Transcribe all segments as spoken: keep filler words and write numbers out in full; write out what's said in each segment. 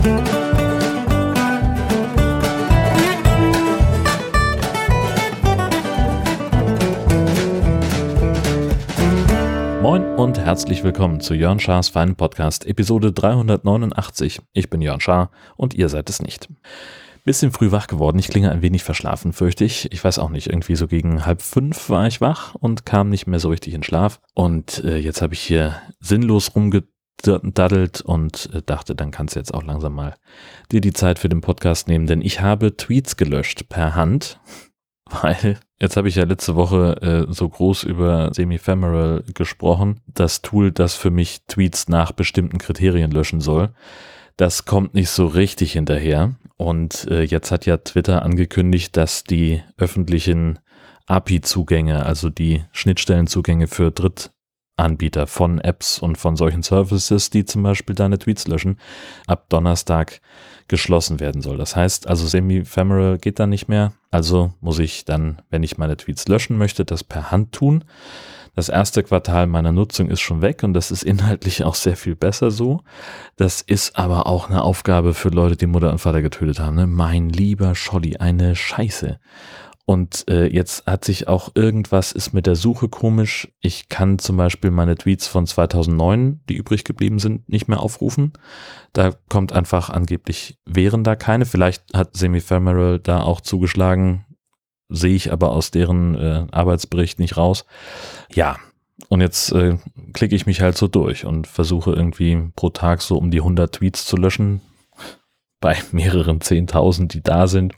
Moin und herzlich willkommen zu Jörn Schars feinen Podcast, Episode dreihundertneunundachtzig. Ich bin Jörn Schaar und ihr seid es nicht. Bisschen früh wach geworden, ich klinge ein wenig verschlafen, fürchte ich. Ich weiß auch nicht, irgendwie so gegen halb fünf war ich wach und kam nicht mehr so richtig in Schlaf. Und äh, jetzt habe ich hier sinnlos rumgedaddelt und äh, dachte, dann kannst du jetzt auch langsam mal dir die Zeit für den Podcast nehmen, denn ich habe Tweets gelöscht per Hand. Weil, jetzt habe ich ja letzte Woche äh, so groß über Semi-Femoral gesprochen, das Tool, das für mich Tweets nach bestimmten Kriterien löschen soll. Das kommt nicht so richtig hinterher und äh, jetzt hat ja Twitter angekündigt, dass die öffentlichen A P I-Zugänge, also die Schnittstellenzugänge für Drittanbieter von Apps und von solchen Services, die zum Beispiel deine Tweets löschen, ab Donnerstag geschlossen werden soll. Das heißt, also Semi-Femoral geht dann nicht mehr, also muss ich dann, wenn ich meine Tweets löschen möchte, das per Hand tun. Das erste Quartal meiner Nutzung ist schon weg und das ist inhaltlich auch sehr viel besser so. Das ist aber auch eine Aufgabe für Leute, die Mutter und Vater getötet haben. Ne? Mein lieber Scholli, eine Scheiße. Und äh, jetzt hat sich auch irgendwas, ist mit der Suche komisch. Ich kann zum Beispiel meine Tweets von zweitausendneun, die übrig geblieben sind, nicht mehr aufrufen. Da kommt einfach angeblich, wären da keine. Vielleicht hat Semi-Femoral da auch zugeschlagen, sehe ich aber aus deren äh, Arbeitsbericht nicht raus. Ja, und jetzt äh, klicke ich mich halt so durch und versuche irgendwie pro Tag so um die hundert Tweets zu löschen. Bei mehreren zehntausend, die da sind,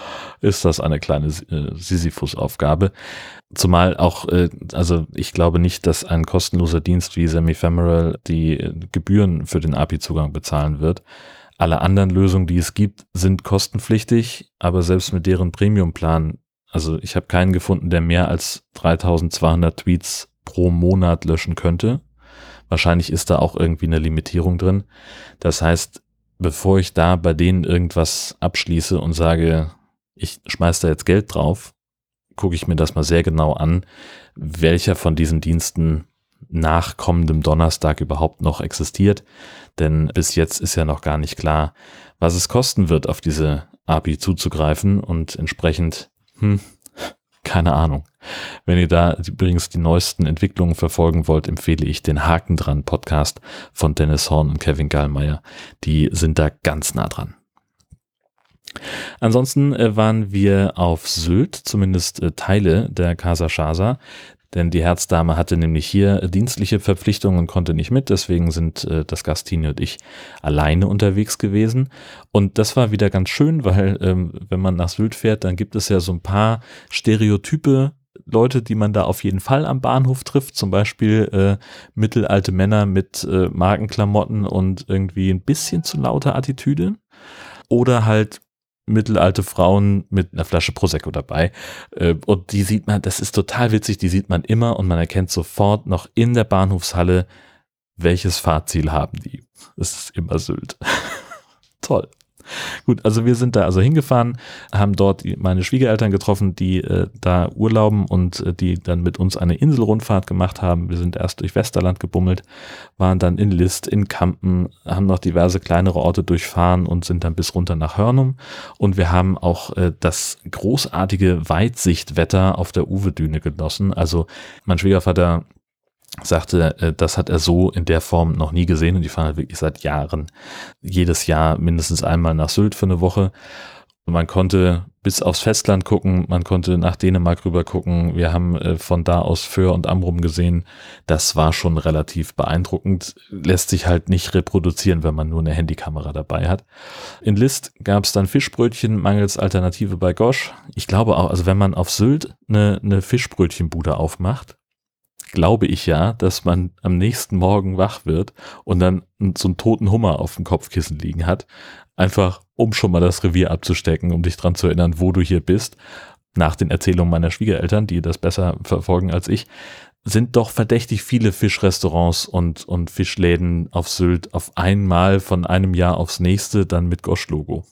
ist das eine kleine äh, Sisyphus-Aufgabe. Zumal auch, äh, also ich glaube nicht, dass ein kostenloser Dienst wie Semi-Femoral die äh, Gebühren für den A P I-Zugang bezahlen wird. Alle anderen Lösungen, die es gibt, sind kostenpflichtig, aber selbst mit deren Premium-Plan, also ich habe keinen gefunden, der mehr als dreitausendzweihundert Tweets pro Monat löschen könnte. Wahrscheinlich ist da auch irgendwie eine Limitierung drin. Das heißt, bevor ich da bei denen irgendwas abschließe und sage, ich schmeiß da jetzt Geld drauf, gucke ich mir das mal sehr genau an, welcher von diesen Diensten nach kommendem Donnerstag überhaupt noch existiert. Denn bis jetzt ist ja noch gar nicht klar, was es kosten wird, auf diese A P I zuzugreifen und entsprechend, hm, keine Ahnung. Wenn ihr da übrigens die neuesten Entwicklungen verfolgen wollt, empfehle ich den Haken dran Podcast von Dennis Horn und Kevin Gallmeier. Die sind da ganz nah dran. Ansonsten äh, waren wir auf Sylt, zumindest äh, Teile der Casa Shasa, denn die Herzdame hatte nämlich hier äh, dienstliche Verpflichtungen und konnte nicht mit, deswegen sind äh, das Gastini und ich alleine unterwegs gewesen und das war wieder ganz schön, weil ähm, wenn man nach Sylt fährt, dann gibt es ja so ein paar Stereotype Leute, die man da auf jeden Fall am Bahnhof trifft, zum Beispiel äh, mittelalte Männer mit äh, Markenklamotten und irgendwie ein bisschen zu lauter Attitüde oder halt mittelalte Frauen mit einer Flasche Prosecco dabei und die sieht man, das ist total witzig, die sieht man immer und man erkennt sofort noch in der Bahnhofshalle, welches Fahrziel haben die. Das ist immer Sylt. Toll. Gut, also wir sind da also hingefahren, haben dort meine Schwiegereltern getroffen, die äh, da urlauben und äh, die dann mit uns eine Inselrundfahrt gemacht haben. Wir sind erst durch Westerland gebummelt, waren dann in List, in Kampen, haben noch diverse kleinere Orte durchfahren und sind dann bis runter nach Hörnum. Und wir haben auch äh, das großartige Weitsichtwetter auf der Uvedüne genossen. Also mein Schwiegervater sagte, das hat er so in der Form noch nie gesehen und die fahren halt wirklich seit Jahren, jedes Jahr mindestens einmal nach Sylt für eine Woche. Und man konnte bis aufs Festland gucken, man konnte nach Dänemark rüber gucken, wir haben von da aus Föhr und Amrum gesehen, das war schon relativ beeindruckend, lässt sich halt nicht reproduzieren, wenn man nur eine Handykamera dabei hat. In List gab es dann Fischbrötchen mangels Alternative bei Gosch. Ich glaube auch, also wenn man auf Sylt eine, eine Fischbrötchenbude aufmacht, glaube ich ja, dass man am nächsten Morgen wach wird und dann so einen toten Hummer auf dem Kopfkissen liegen hat. Einfach, um schon mal das Revier abzustecken, um dich dran zu erinnern, wo du hier bist. Nach den Erzählungen meiner Schwiegereltern, die das besser verfolgen als ich, sind doch verdächtig viele Fischrestaurants und, und Fischläden auf Sylt auf einmal von einem Jahr aufs nächste dann mit Gosch-Logo.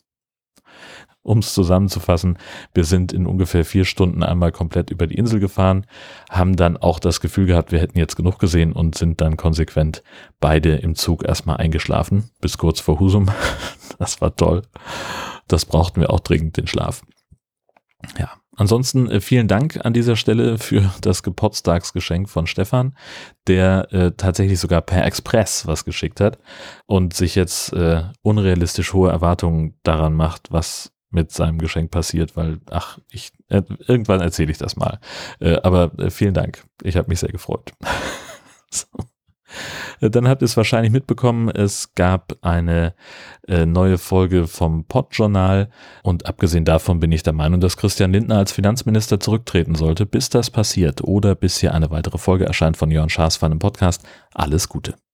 Um es zusammenzufassen, wir sind in ungefähr vier Stunden einmal komplett über die Insel gefahren, haben dann auch das Gefühl gehabt, wir hätten jetzt genug gesehen und sind dann konsequent beide im Zug erstmal eingeschlafen, bis kurz vor Husum. Das war toll. Das brauchten wir auch dringend, den Schlaf. Ja, ansonsten äh, vielen Dank an dieser Stelle für das Geburtstagsgeschenk von Stefan, der äh, tatsächlich sogar per Express was geschickt hat und sich jetzt äh, unrealistisch hohe Erwartungen daran macht, was mit seinem Geschenk passiert, weil, ach, ich äh, irgendwann erzähle ich das mal. Äh, aber äh, vielen Dank, ich habe mich sehr gefreut. So. Dann habt ihr es wahrscheinlich mitbekommen, es gab eine äh, neue Folge vom Pod-Journal und abgesehen davon bin ich der Meinung, dass Christian Lindner als Finanzminister zurücktreten sollte. Bis das passiert oder bis hier eine weitere Folge erscheint von Jörn Schaas für einen Podcast. Alles Gute.